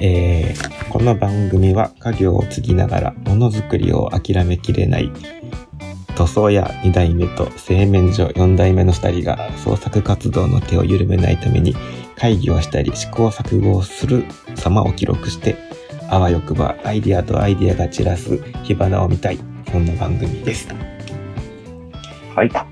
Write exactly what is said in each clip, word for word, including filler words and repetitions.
えー、この番組は家業を継ぎながらものづくりを諦めきれない塗装屋に代目と製麺所よん代目のふたりが創作活動の手を緩めないために会議をしたり試行錯誤をする様を記録して、あわよくばアイディアとアイディアが散らす火花を見たい、そんな番組です。 はい。 はい。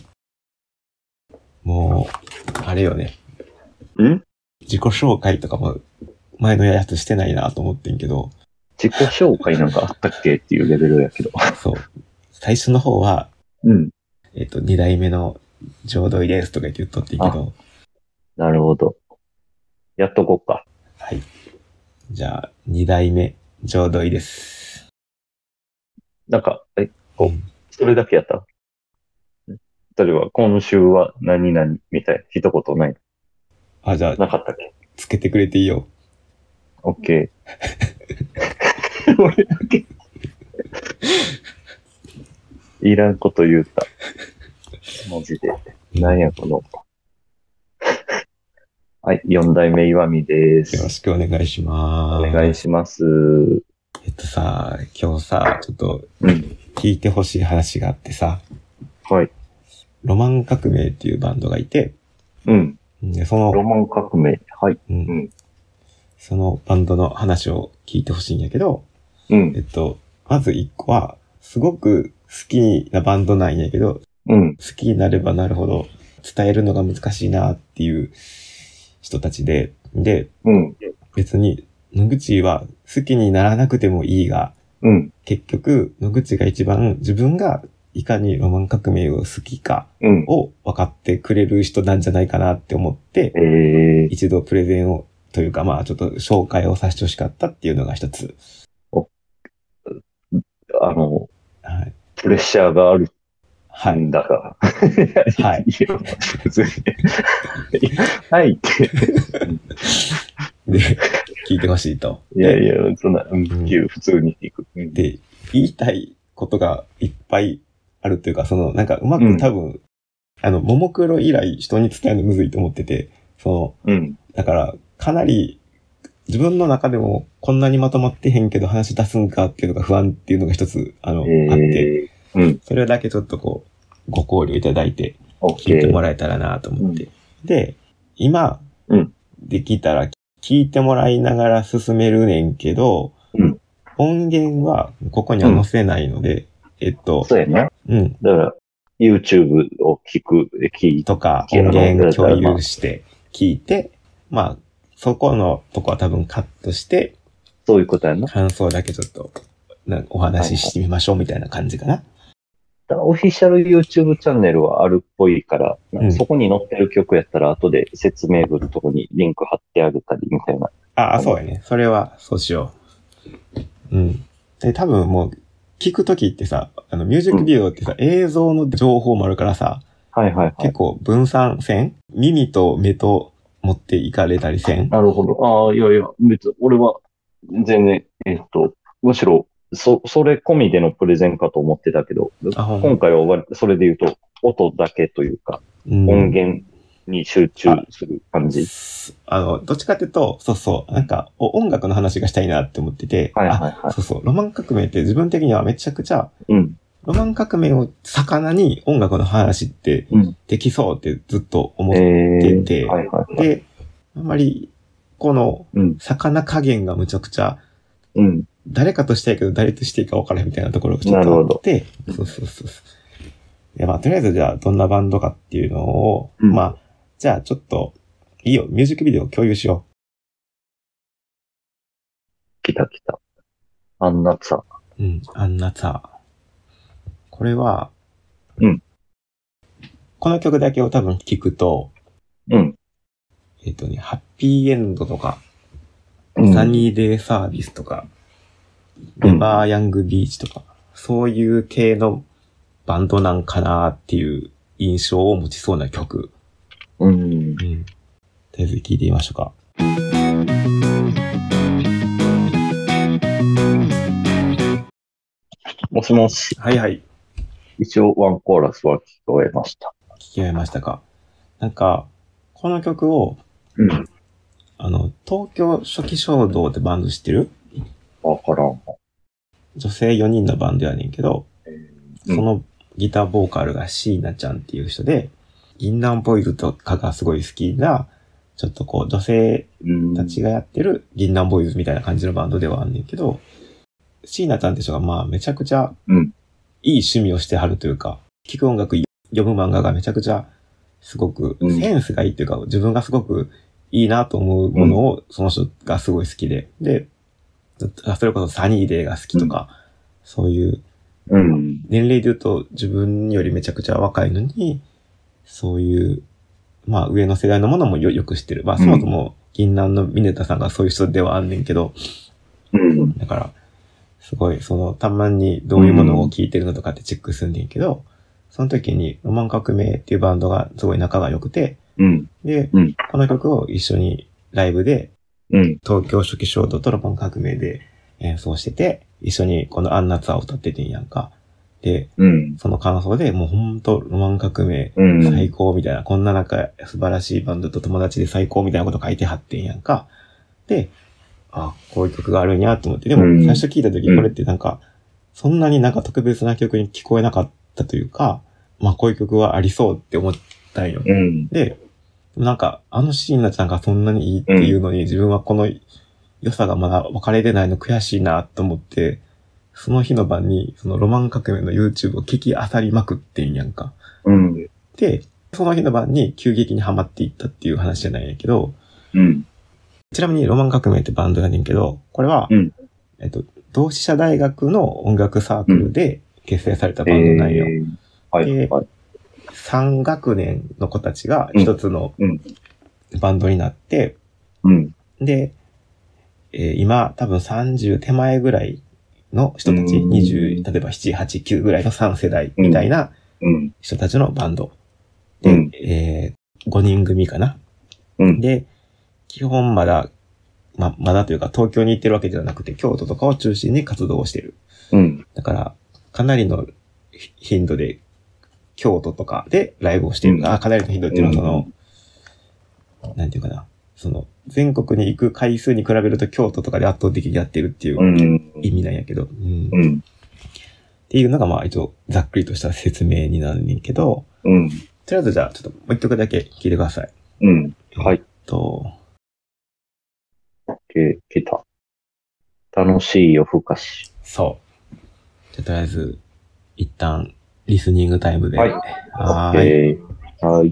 もう、あれよね。 ん自己紹介とかも前のやつしてないなと思ってんけど。 自己紹介なんかあったっけっていうレベルやけど。 そう。最初の方は、 うん。 えっと、に代目の浄土井ですとか言って言っとってんけど。 なるほど。やっとこっか。 はい。じゃあ、に代目浄土井です。 なんか、え、こう、 うん、 それだけやった例えば、今週は何々みたいな一言ない。 あ、じゃあ、 なかったっけつけてくれていいよ。 オッケー。俺だけ。いらんこと言うた。マジで。なんや、この。はい、よん代目岩見です。 よろしくお願いします。 お願いします。 えっとさ、今日さ、ちょっと、 うん。 聞いてほしい話があってさ、 はい。 ロマン革命っていうバンドがいて、 うん。 でその、 ロマン革命。はい。 うんうん。 そのバンドの話を聞いてほしいんやけど、 うんえっと、まず一個は、すごく好きなバンドなんやけど、 うん。 好きになればなるほど伝えるのが難しいなっていう人たちで、で、 うん。 別に野口は好きにならなくてもいいが、 うん。 結局野口が一番自分がいかにロマン革命を好きかを分かってくれる人なんじゃないかなって思って、 えー、 一度プレゼンをというかまあちょっと紹介をさせてほしかったっていうのが一つ。 あの、 はい。 プレッシャーがあるはい。 んだが。 はい。 いや、普通に。はいって。 で、聞いてほしいと。 いやいや、そんな、うん、 うん普通に行く。うん、 で、言いたいことがいっぱいあるっていうか、その、なんかうまく多分、うん、あの、ももクロ以来人に伝えるのむずいと思ってて、その、 うん、だから、かなり、自分の中でもこんなにまとまってへんけど話出すんかっていうのが不安っていうのが一つ、あの、えー、あって、うん、それだけちょっとこう、ご考慮いただいて、聞いてもらえたらなと思って。うん、で、今、うん、できたら聞いてもらいながら進めるねんけど、うん、音源はここには載せないので、うん、えっと、 そうやな。 うん。 だから、YouTube を聞く、聞いとか、音源共有して聞いて、まあ、そこのとこは多分カットして、 そういうことやな。 感想だけちょっと、なお話ししてみましょうみたいな感じかな。はいはい、オフィシャル YouTube チャンネルはあるっぽいから、うん、そこに載ってる曲やったら後で説明文のとこにリンク貼ってあげたりみたいな。 ああ、そうやね。それはそうしよう。うん。で、多分もう、聞くときってさ、あの、ミュージックビデオってさ、うん、映像の情報もあるからさ、 はいはいはい。 結構分散せん？耳と目と持っていかれたりせん？ なるほど。ああ、いやいや、別に、俺は全然、えっと、むしろ、そ、それ込みでのプレゼンかと思ってたけど、今回は割とそれで言うと、音だけというか、うん、音源に集中する感じ。 あの、どっちかっていうと、そうそう、なんか、音楽の話がしたいなって思ってて、 はいはいはい。 あ、そうそう、ロマン革命って自分的にはめちゃくちゃ、 うん、 ロマン革命を魚に音楽の話ってできそうってずっと思ってて、 うんえーはいはいはい、 で、あんまり、この、魚加減がむちゃくちゃ、うん、誰かとしたいけど誰としていいか分からへんみたいなところがちょっとあって、そうそうそう。で、まあ、とりあえずじゃあどんなバンドかっていうのを、うん、まあ、じゃあちょっと、いいよ、ミュージックビデオ共有しよう。 来た来た。あんなさ。 うん、あんなさ。これは、 うん。 この曲だけを多分聴くと、 うん。 えっとね、ハッピーエンドとか、うん、サニーデイサービスとか、レバーヤングビーチとか、そういう系のバンドなんかなっていう印象を持ちそうな曲。 うん。うん。 とりあえず聴いてみましょうか。 もしもし。 はいはい。 一応ワンコーラスは聞こえました。 聞こえましたか。なんか、この曲を、 うん。 あの、東京初期衝動ってバンド知ってる？ わからん。 女性よにんのバンドやねんけど、 うん、 そのギターボーカルが椎名ちゃんっていう人で、銀杏ボーイズとかがすごい好きな、ちょっとこう女性たちがやってる銀杏ボーイズみたいな感じのバンドではあんねんけど、椎名ちゃんって人がまあめちゃくちゃいい趣味をしてはるというか、聴く音楽、読む漫画がめちゃくちゃすごくセンスがいいというか、自分がすごくいいなと思うものをその人がすごい好きで、で、それこそサニーデーが好きとか、そういう年齢で言うと自分よりめちゃくちゃ若いのに、そういうまあ上の世代のものも よ, よく知ってる。まあそもそも銀杏のミネタさんがそういう人ではあんねんけど、だからすごいそのたまにどういうものを聴いてるのとかってチェックするんねんけど、その時にロマン革命っていうバンドがすごい仲が良くて、で、この曲を一緒にライブで東京初期衝動とロマン革命で演奏してて、一緒にこのアンナツアーを歌っててんやんか。で、うん、その感想でもうほんとロマン革命最高みたいな、うん、こんななんか素晴らしいバンドと友達で最高みたいなこと書いてはってんやんか。で、あ、こういう曲があるんやと思って、でも最初聞いた時これってなんか、そんなになんか特別な曲に聞こえなかったというか、まあこういう曲はありそうって思ったんよ。うん、で、なんかあのシーンのなんかそんなにいいっていうのに、自分はこの良さがまだ分かれてないの悔しいなと思って、その日の晩に、そのロマン革命の YouTube を聞き漁りまくってんやんか。うん。で、その日の晩に急激にハマっていったっていう話じゃないんやけど、うん。ちなみにロマン革命ってバンドやねんけど、これは、うん、えっと、同志社大学の音楽サークルで結成されたバンドなんよ。うんえー、はい。で、はい、さん学年の子たちが一つのバンドになって、うん。で、えー、今多分さんじゅう手前ぐらいの人たち、にじゅう、例えばなな、はち、きゅうぐらいのさん世代みたいな人たちのバンド。で、うん、えー、ごにん組かな。うん、で、基本まだ、ま、まだというか東京に行ってるわけじゃなくて、京都とかを中心に活動をしてる。うん、だから、かなりの頻度で、京都とかでライブをしてる。うん、あ、かなりの頻度っていうのはその、うん、なんていうかな。その、全国に行く回数に比べると京都とかで圧倒的にやってるっていう意味なんやけど、うんうん、っていうのがまあ一応ざっくりとした説明になるねんけど、うん、とりあえずじゃあちょっともう一曲だけ聴いてください。うん。はい。えっと、 け、けた。楽しい夜更かし。 そう。じゃあとりあえず、一旦リスニングタイムで。はい。 はーい。はい。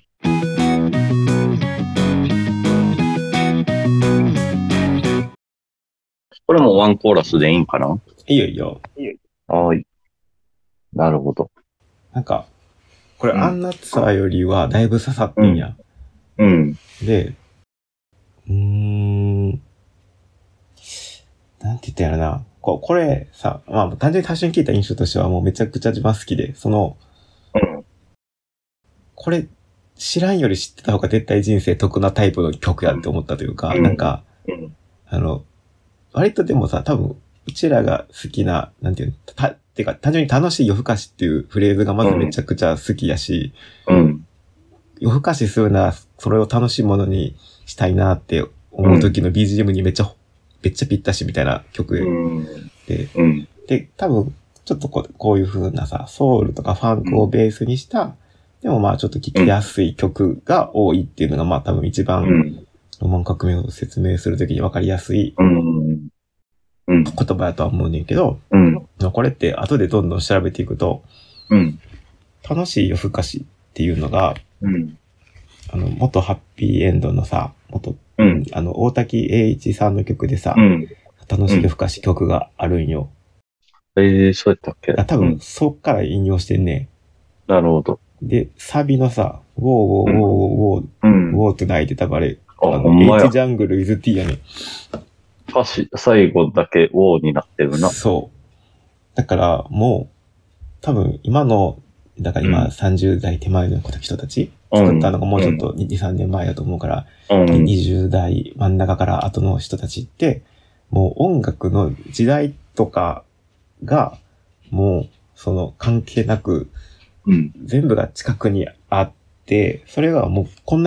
これもワンコーラスでいいんかな？ いいよいいよ。 いいよ。はい。なるほど。 なんか、これ、うん、アンナツアーよりはだいぶ刺さってんや。うん。うん、で、うーん、なんて言ったんやろな。ここれさ、まあ単純に最初に聞いた印象としてはもうめちゃくちゃ自分好きで、その、うん、これ知らんより知ってた方が絶対人生得なタイプの曲やって思ったというか、うん、なんか、うん、あの、割とでもさ、多分、うちらが好きな、なんていうの、た、てか、単純に楽しい夜更かしっていうフレーズがまずめちゃくちゃ好きやし、うん、夜更かしするなら、それを楽しいものにしたいなって思う時の ビージーエム にめっちゃ、めっちゃぴったしみたいな曲で、うんで、うん、で、多分、ちょっとこう、こういう風なさ、ソウルとかファンクをベースにした、でもまあちょっと聴きやすい曲が多いっていうのがまあ多分一番、うんロマン革命を説明するときに分かりやすい言葉やとは思うねんけど、うん、これって後でどんどん調べていくと、うん、楽しい夜更かしっていうのが、うん、あの、元ハッピーエンドのさ、元、うん、あの、大滝栄一さんの曲でさ、うん、楽しい夜更かし曲があるんよ。 ええー、そうやったっけ？ 多分、そっから引用してんね。 なるほど。 で、サビのさ、ウォーウォーウォーウォー、うん、ウォーって泣いてたバレ、あの、H ジャングル with T やね。 歌詞、最後だけウォーになってるな。 そう。だから、もう、多分今の、だから今さんじゅう代手前の人たち、うん、作ったのがもうちょっとに、さんねんまえだと思うから、うん、にじゅう代真ん中から後の人たちって、もう音楽の時代とかが、もう、その関係なく、うん、全部が近くにあって、それがもうこんな風に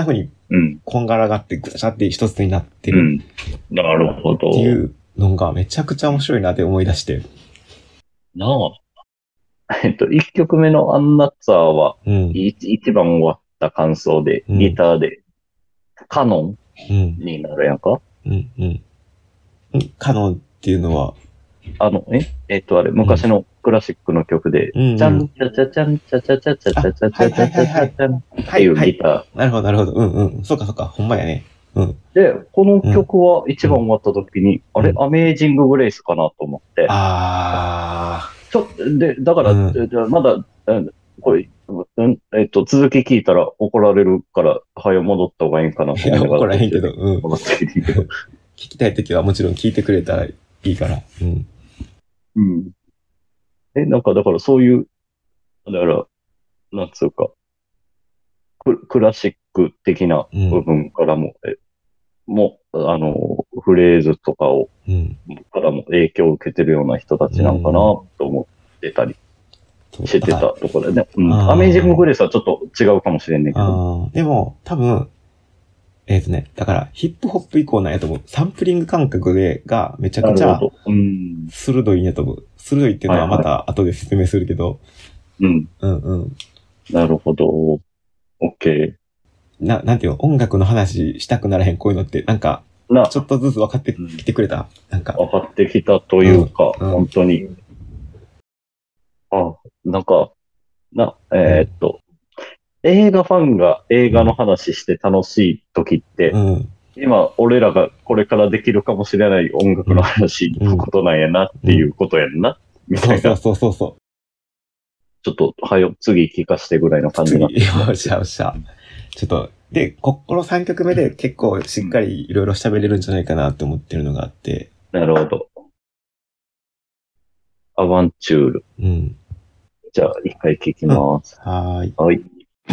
うん、 こんがらがってぐちゃって一つになってる。 うん。なるほど。 っていうのがめちゃくちゃ面白いなって思い出して。 なあ。えっと、一曲目のアンナッツァーは、うん、一番終わった感想で、うん、ギターで、カノンになるやんか、 うん、うん、うん。カノンっていうのは、 あの、ええっと、あれ、昔のクラシックの曲で、うん、チャンチャチャチャンチャチャチャチャチャチャチャチャチャチャチャンっていうギター。 なるほど、なるほど。うんうん。そうかそうか。ほんまやね。うん。 で、この曲は一番終わった時に、うん、あれ、アメージンググレイスかなと思って。 ああ。 ちょっと、で、だから、うん、まだ、うん、これ、うん、えっと、続き聞いたら怒られるから、早戻った方がいいんかなと思いや、怒らへんけど、うん。 思っていいけど。 聞きたい時はもちろん聞いてくれたらいいから。うん。 うん。え、なんか、だからそういう、だから、なんつうか、ク, クラシック的な部分からも、うん、えもう、あの、フレーズとかを、うん、からも影響を受けてるような人たちなんかなと思ってたりしてたところでね。うん、アメージンググレースはちょっと違うかもしれんねんけど。 でも、多分、えっとね、だからヒップホップ以降なんやと思う。サンプリング感覚でがめちゃくちゃ鋭いんやと思う。鋭いっていうのはまた後で説明するけど。 うん。 うんうん。 なるほど。オッケー。な、なんていうの、音楽の話したくならへん、こういうのって、なんか、ちょっとずつ分かってきてくれた、うん、なんか。 分かってきたというか、うんうん、本当に。あ、なんか、な、えー、っと、うん、映画ファンが映画の話して楽しい時って、うん、今、俺らがこれからできるかもしれない音楽の話のことなんやなっていうことやんな、みたいな。 そうそうそうそう。 ちょっと、はよ、次聞かしてぐらいの感じな。 次、よっしゃよっしゃ。ちょっと、で、ここのさんきょくめで結構しっかりいろいろ喋れるんじゃないかなって思ってるのがあって。 なるほど。アバンチュール。 うん。 じゃあ、一回聞きます。 うん、はーい。 はい。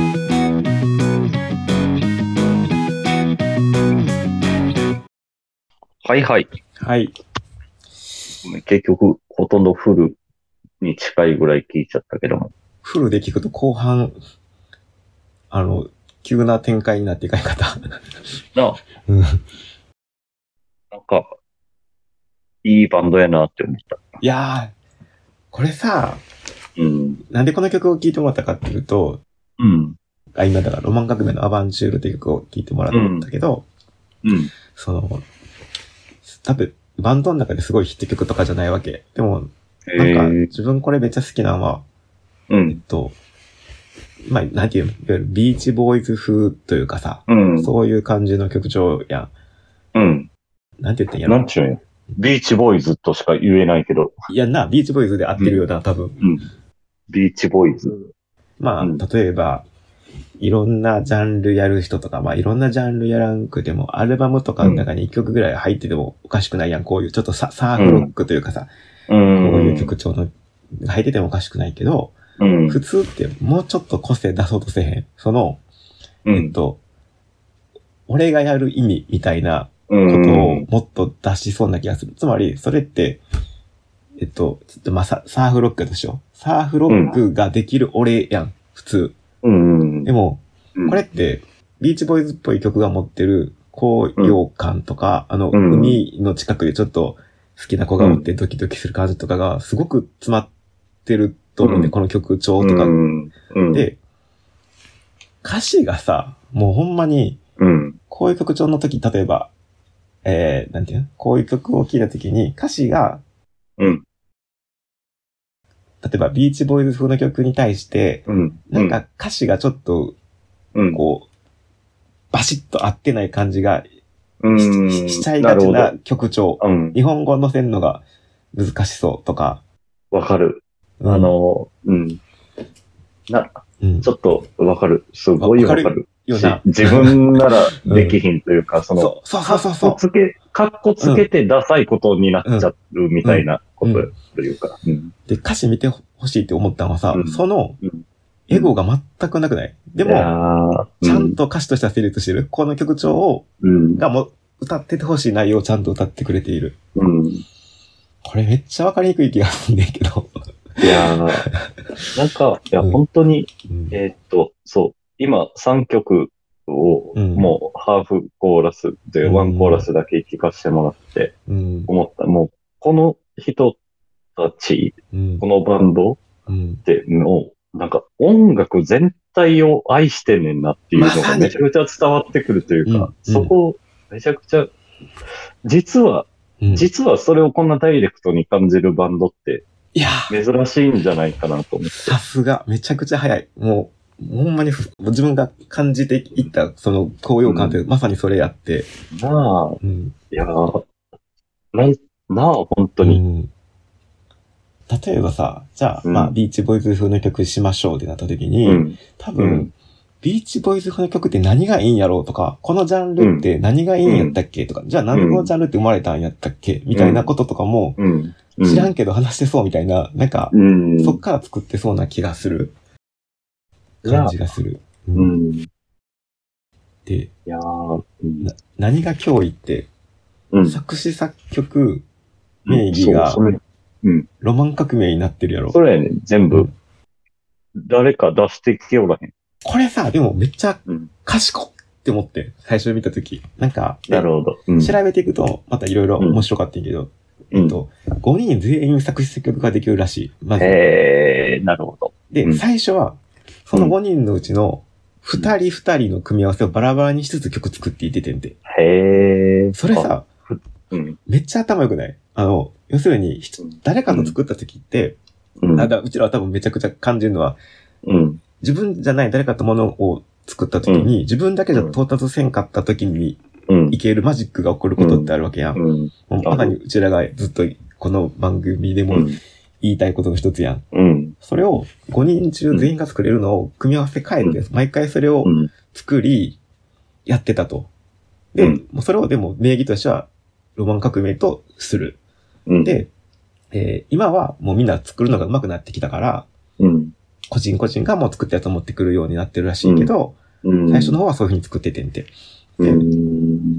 はいはい。 はい。 結局、ほとんどフルに近いぐらい聞いちゃったけども。 フルで聞くと後半、あの、急な展開になっていかない方。 なあ。うん。なんか、いいバンドやなって思った。 いやー、これさ、 うん。 なんでこの曲を聴いてもらったかっていうと、 うん。 あ、今だからロマン革命のアバンチュールっていう曲を聴いてもらったけど、 うん。うん、 その、多分、バンドの中ですごいヒット曲とかじゃないわけ。でも、なんか、自分これめっちゃ好きなのは、 うん、 えっと、まあ、なんていうの、いわゆるビーチボーイズ風というかさ、 うん、 そういう感じの曲調やん。 うん。 なんて言ったんやろ。 なんちゅうんや。ビーチボーイズとしか言えないけど。 いやな、ビーチボーイズで合ってるよな、うん、多分。 うん。ビーチボーイズ。 まあ、うん、例えば、いろんなジャンルやる人とか、まあいろんなジャンルやらんくても、アルバムとかの中にいっきょくぐらい入っててもおかしくないやん。こういうちょっとササーフロックというかさ、うん、こういう曲調の入っててもおかしくないけど、うん、普通ってもうちょっと個性出そうとせへん。その、うん、えっと、俺がやる意味みたいなことをもっと出しそうな気がする。つまり、それって、えっと、まあ、サーフロックでしょ。サーフロックができる俺やん、普通。 うん、 でも、これって、ビーチボーイズっぽい曲が持ってる高揚感とか、うん、あの、海の近くでちょっと好きな子がおってドキドキする感じとかがすごく詰まってると思うんで、うん、この曲調とか。うんうん、で、歌詞がさ、もうほんまに、こういう曲調の時、例えば、えー、なんていうの？こういう曲を聴いた時に歌詞が、 うん、 例えばビーチボーイズ風の曲に対して、うん、なんか歌詞がちょっと、うん、こう、バシッと合ってない感じが し, し, しちゃいがちな曲調、うん。日本語載せるのが難しそうとか。 わかる。うん、あの、うん。な、うん、ちょっとわかる。すごいわかる。わかるよな。自分ならできひんというか、うん、その、 そうそうそうそう。 かっこつけ、かっこつけてダサいことになっちゃうみたいなことというか。うんうん、 で、歌詞見てほしいって思ったのはさ、うん、その、エゴが全くなくない？でも、ちゃんと歌詞としては成立してる。この曲調を、がもう歌っててほしい内容をちゃんと歌ってくれている。 うん、 これめっちゃわかりにくい気がするんだけど。 いやー、なんか、いや、本当に、うん、えー、っと、そう、今さんきょくを、うん、もうハーフコーラスでワンコーラスだけ聴かせてもらって、うん、思った。もう、この人たち、うん、このバンドっての、なんか音楽全体を愛してんねんなっていうのがめちゃくちゃ伝わってくるというか、ま、そこ、めちゃくちゃ、実は、うん、実はそれをこんなダイレクトに感じるバンドって、いや珍しいんじゃないかなと思って。 さすが、めちゃくちゃ早い。もう、ほんまに自分が感じていった、その高揚感って、うん、まさにそれやって。 なあ、うん、いやー、な、なあ、本当に。うん例えばさ、じゃあ、うん、まあ、ビーチボーイズ風の曲しましょうってなった時に、うん、多分、うん、ビーチボーイズ風の曲って何がいいんやろうとか、このジャンルって何がいいんやったっけとか、じゃあ何のジャンルって生まれたんやったっけみたいなこととかも、知らんけど話してそうみたいな、なんか、そっから作ってそうな気がする。感じがする。うん、で、いやー、な、何が脅威って、作詞作曲、名義が、うん。ロマン革命になってるやろ。 それやねん、全部、うん。誰か出してきようらへん。 これさ、でもめっちゃ賢って思って、最初見たとき。なんか、 なるほど、 うん。調べていくと、またいろいろ面白かったんやけど、うん、えっと、ごにん全員作詞作曲ができるらしい。まず。 へー、なるほど。 で、うん、最初は、そのごにんのうちのふたりふたりの組み合わせをバラバラにしつつ曲作っていっててんて。 へー。 それさ、うん、めっちゃ頭良くないあの、要するに、誰かと作った時って、うん、あだうちらは多分めちゃくちゃ感じるのは、うん、自分じゃない誰かとものを作った時に、うん、自分だけじゃ到達せんかった時に、うん、いけるマジックが起こることってあるわけやん。うん、まさにうちらがずっとこの番組でも言いたいことの一つやん。うん、それをごにん中全員が作れるのを組み合わせ変えて、うん、毎回それを作り、やってたと。で、うん、もうそれをでも名義としてはロマン革命とする。うん、で、えー、今はもうみんな作るのが上手くなってきたから、うん、個人個人がもう作ったやつを持ってくるようになってるらしいけど、うん、最初の方はそういう風に作っててんて。で、うん、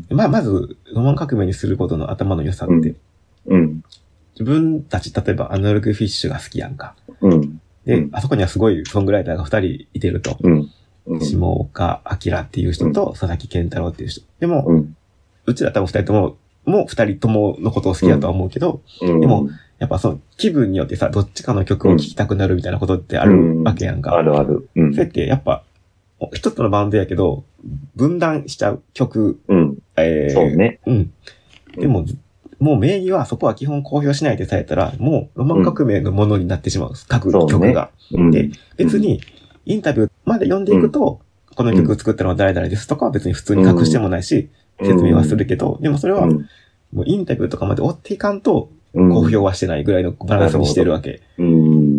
まあ、まず、ロマン革命にすることの頭の良さって、うん、自分たち、例えばアナログフィッシュが好きやんか。うん、で、あそこにはすごいソングライターがふたりいてると。うんうん、下岡明っていう人と佐々木健太郎っていう人。でも、うん、うちら多分ふたりとも、もう二人とものことを好きだとは思うけど、うん、でも、やっぱその気分によってさ、どっちかの曲を聴きたくなるみたいなことってあるわけやんか。 うん、あるある。 うん、それってやっぱ、一つのバンドやけど、分断しちゃう曲。 うん。えー、そうね。 うん。でも、もう名義はそこは基本公表しないでされたら、もうロマン革命のものになってしまう。うん、各曲が。ねうん、で、別にインタビューまで読んでいくと、うん、この曲作ったのは誰々ですとかは別に普通に隠してもないし、うん、説明はするけど、でもそれは、もうインタビューとかまで追っていかんと、公表はしてないぐらいのバランスにしてるわけ。うん、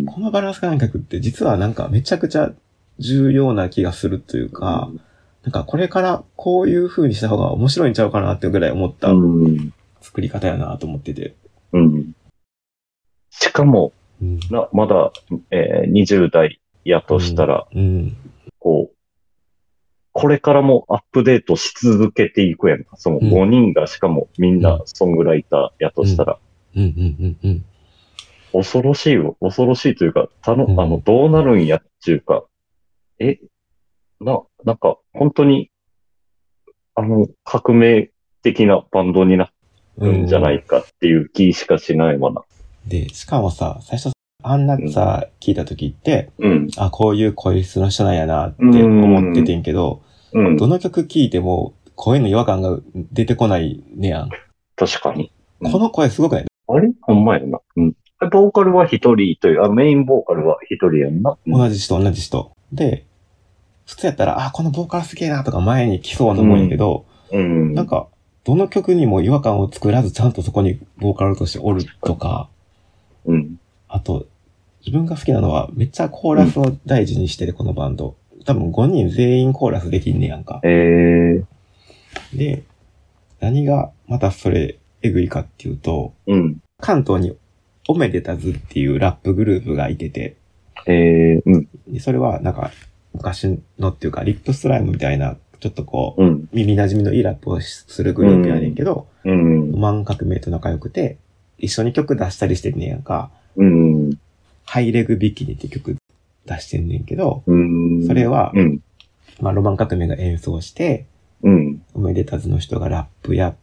このバランス感覚って実はなんかめちゃくちゃ重要な気がするというか、うん、なんかこれからこういう風にした方が面白いんちゃうかなっていうぐらい思った作り方やなと思ってて。 うん、しかも、うん、なまだ、えー、にじゅう代やとしたら、うんうん、こう、これからもアップデートし続けていくやんか。そのごにんがしかもみんなソングライターやとしたら。恐ろしいよ。恐ろしいというか、たの、あの、どうなるんやっていうか、え、な、なんか、本当に、あの、革命的なバンドになるんじゃないかっていう気しかしないわな。 で、しかもさ、最初、あんなさ、うん、聞いた時って、うん、あ、こういう声質の人なんやなって思っててんけど、うん、どの曲聴いても声の違和感が出てこないねやん。 確かに。 この声すごくない？ あれほんまやな。うん。ボーカルは一人という、あ、メインボーカルは一人やんな。 うん、同じ人、同じ人。で、普通やったら、あ、このボーカルすげえなとか前に来そうなもんやけど、うん、なんか、どの曲にも違和感を作らずちゃんとそこにボーカルとしておるとか、うん。あと、自分が好きなのは、めっちゃコーラスを大事にしてる、このバンド。多分ごにん全員コーラスできんねやんか。えー、で、何がまたそれ、えぐいかっていうと、うん、関東にオメデタズっていうラップグループがいてて、えーうん、でそれはなんか、昔のっていうか、リップスライムみたいな、ちょっとこう、うん、耳馴染みのいいラップをするグループやねんけど、うん、ロマン革命と仲良くて、一緒に曲出したりしてんねやんか。うんハイレグビキニって曲出してんねんけど、それは、 まあ、ロマン革命が演奏して、 うん。 おめでたずの人がラップやって、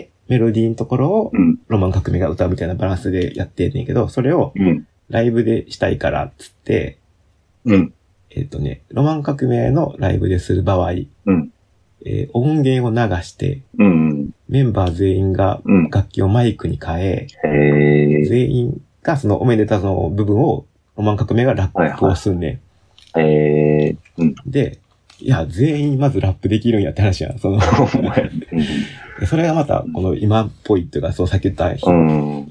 メロディーのところを、ロマン革命が歌うみたいなバランスでやってんねんけど、それを、ライブでしたいからっつって、 うん。 えっとね、ロマン革命のライブでする場合、 うん。 えー、音源を流して、 うん。 メンバー全員が楽器をマイクに変え、 うん、 全員がそのおめでたずの部分をロマン革命がラップをすんねん。 はいはい、えーうん、 で、いや、全員まずラップできるんやって話やん。そのそれがまた、この今っぽいっていうか、そうさっき言った、うん、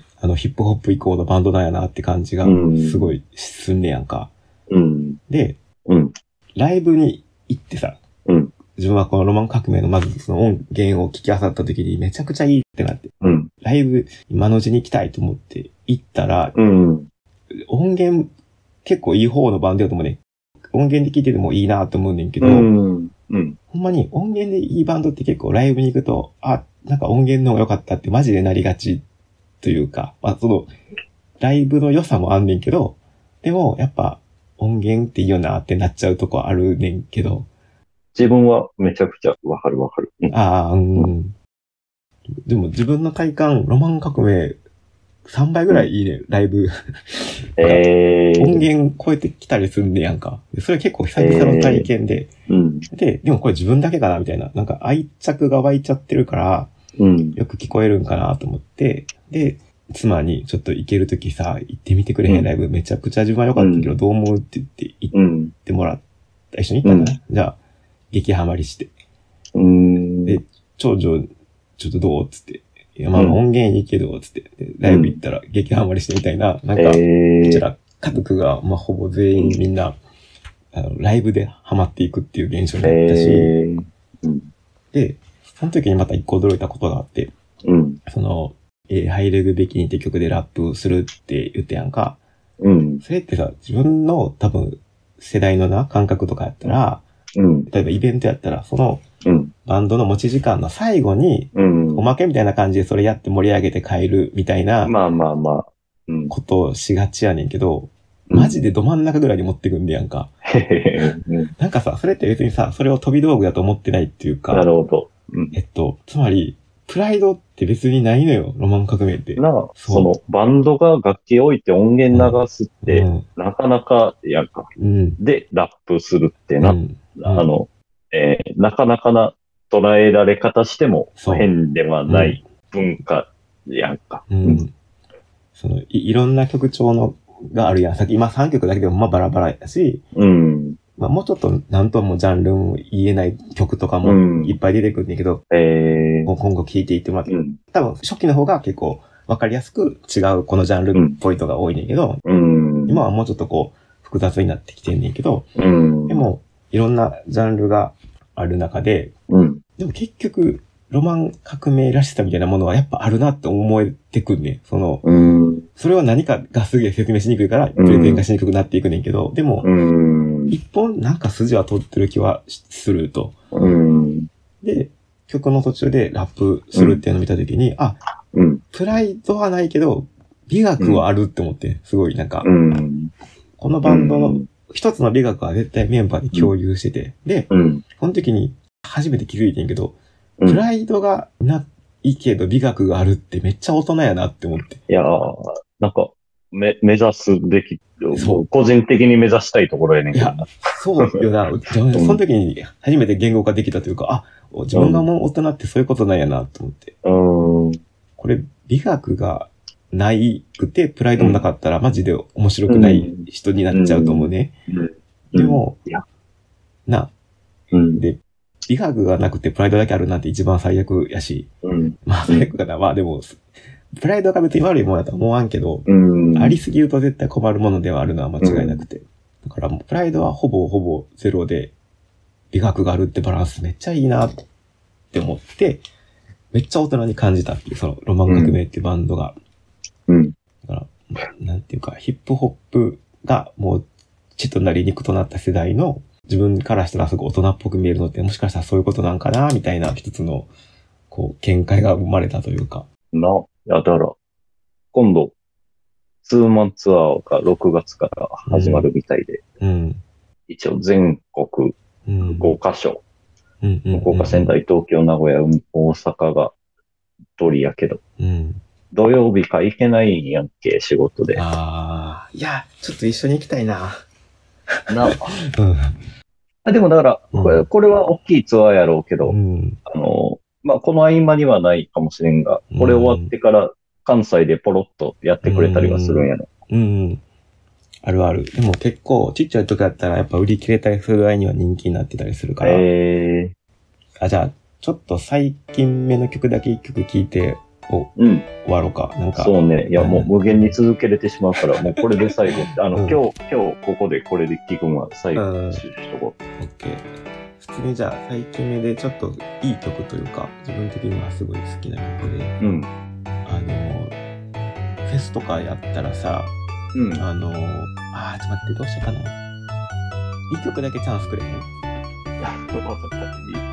あのヒップホップ以降のバンドなんやなって感じが、すごいすんねやんか。 うん、 で、 うん、 ライブに行ってさ、うん、自分はこのロマン革命のまずその音源を聞き漁った時にめちゃくちゃいいってなって、うん、ライブ今のうちに行きたいと思って行ったら、うん、音源結構いい方のバンドやと思うね。音源で聴いててもいいなと思うねんけど、うんうん、ほんまに音源でいいバンドって結構ライブに行くと、あ、なんか音源の方が良かったってマジでなりがちというか、まあその、ライブの良さもあんねんけど、でもやっぱ音源っていいよなってなっちゃうとこあるねんけど。 自分はめちゃくちゃわかるわかる。 うん、ああ、うん、うん。でも自分の体感、ロマン革命、さんばいぐらいいいね、うん、ライブ。えー、音源超えてきたりすんねやんか。それ結構久々の体験で、えーうん。で、でもこれ自分だけかなみたいな。なんか愛着が湧いちゃってるから、うん、よく聞こえるんかなと思って、で、妻にちょっと行けるときさ、行ってみてくれへん、うん、ライブめちゃくちゃ自分は良かったけど、うん、どう思うって言って行ってもらった。一緒に行ったんだね。うん、じゃあ、激ハマりして。うん、で、長女、ちょっとどうつって。いや、まあ音源いいけど、つって、ライブ行ったら激ハマりしてみたいな、なんか、こちら、家族が、まあほぼ全員みんな、あの、ライブでハマっていくっていう現象になったし、で、その時にまた一個驚いたことがあって、うん、その、えー、ハイレグべきにって曲でラップするって言ってやんか、うん、それってさ、自分の多分、世代のな、感覚とかやったら、うん、例えばイベントやったら、その、うん、バンドの持ち時間の最後に、うん、おまけみたいな感じでそれやって盛り上げて帰るみたいな、 まあまあまあ、 うん、ことをしがちやねんけど、うん、マジでど真ん中ぐらいに持ってくんでやんか。なんかさ、それって別にさ、それを飛び道具だと思ってないっていうか、 なるほど。 うん、えっと、つまり、プライドって別にないのよ、ロマン革命って。 なあ、その、バンドが楽器を置いて音源流すって、うん、なかなかやんか。うん、で、ラップするってな、うん、あの、えー、なかなかな捉えられ方しても変ではない文化やんか。 うん。うん、そのい、いろんな曲調のがあるやん。さっき今さんきょくだけでもまあバラバラやし、うん。まあもうちょっと何ともジャンルも言えない曲とかもいっぱい出てくるんだけど、うん、えー、今後聴いていってもらって、うん、多分初期の方が結構わかりやすく違うこのジャンルっぽいのが多いねんけど、うん、今はもうちょっとこう複雑になってきてんねんけど、うん、でもいろんなジャンルがある中で、うん、でも結局ロマン革命らしさみたいなものはやっぱあるなって思えてくんねん。その、うん、それは何かがすげえ説明しにくいから、プレゼンがしにくくなっていくねんけど、でも、うん、一本なんか筋は通ってる気はすると。うん、で、曲の途中でラップするっていうのを見たときに、うん、あ、うん、プライドはないけど、美学はあるって思って、すごいなんか、うん、このバンドの一つの美学は絶対メンバーで共有してて、で、うん、この時に初めて気づいてんけど、プライドがないけど美学があるってめっちゃ大人やなって思って。 いやー、なんか、め、目指すべき、そう。個人的に目指したいところやねんけど。いや、 そうよな。その時に初めて言語化できたというか、あ、自分がもう大人ってそういうことなんやなと思って。うん。これ、美学がないくて、プライドもなかったら、マジで面白くない人になっちゃうと思うね。うんうん、でも、いやな、うん、で、美学がなくてプライドだけあるなんて一番最悪やし。うん、まあ最悪かな。まあでも、プライドが別に悪いものだとは思わんけど、うん、ありすぎると絶対困るものではあるのは間違いなくて。うん、だからもうプライドはほぼほぼゼロで、美学があるってバランスめっちゃいいなって思って、めっちゃ大人に感じたっていう、そのロマン革命っていうバンドが。うん。だから、なんていうか、ヒップホップがもう血となり肉となった世代の、自分からしたらすごい大人っぽく見えるのって、もしかしたらそういうことなんかなみたいな一つの、こう、見解が生まれたというか。 な、いや、だから、今度、ツーマンツアーがろくがつから始まるみたいで、うん。うん、一応全国ごカ所。 うんうんうん、 福岡、仙台、東京、名古屋、大阪が通りやけど。 うん、 土曜日か行けないんやんけ、仕事で。 ああ、いや、ちょっと一緒に行きたいな。 な、うん。 あ、 でもだから、これ、うん、これは大きいツアーやろうけど、 うん、 あの、まあ、この合間にはないかもしれんが、これ終わってから関西でポロッとやってくれたりはするんやろ。 うん、うん。あるある。でも結構、ちっちゃい時だったらやっぱ売り切れたりするぐらいには人気になってたりするから。 えー、あ、じゃあ、ちょっと最近目の曲だけ一曲聴いて、お、うん、終わろうか。なんか。 そうね。いや、もう無限に続けれてしまうから、もうこれで最後。あの、うん、今日、今日ここでこれで聴くのは最後にしとこう。 オッケー。普通にじゃあ、最近目でちょっといい曲というか、自分的にはすごい好きな曲で、 うん。 あの、フェスとかやったらさ、うん、あの、あー、ちょっと待って、どうしようかな。いい曲だけチャンスくれへん？ いや、わかった。いい。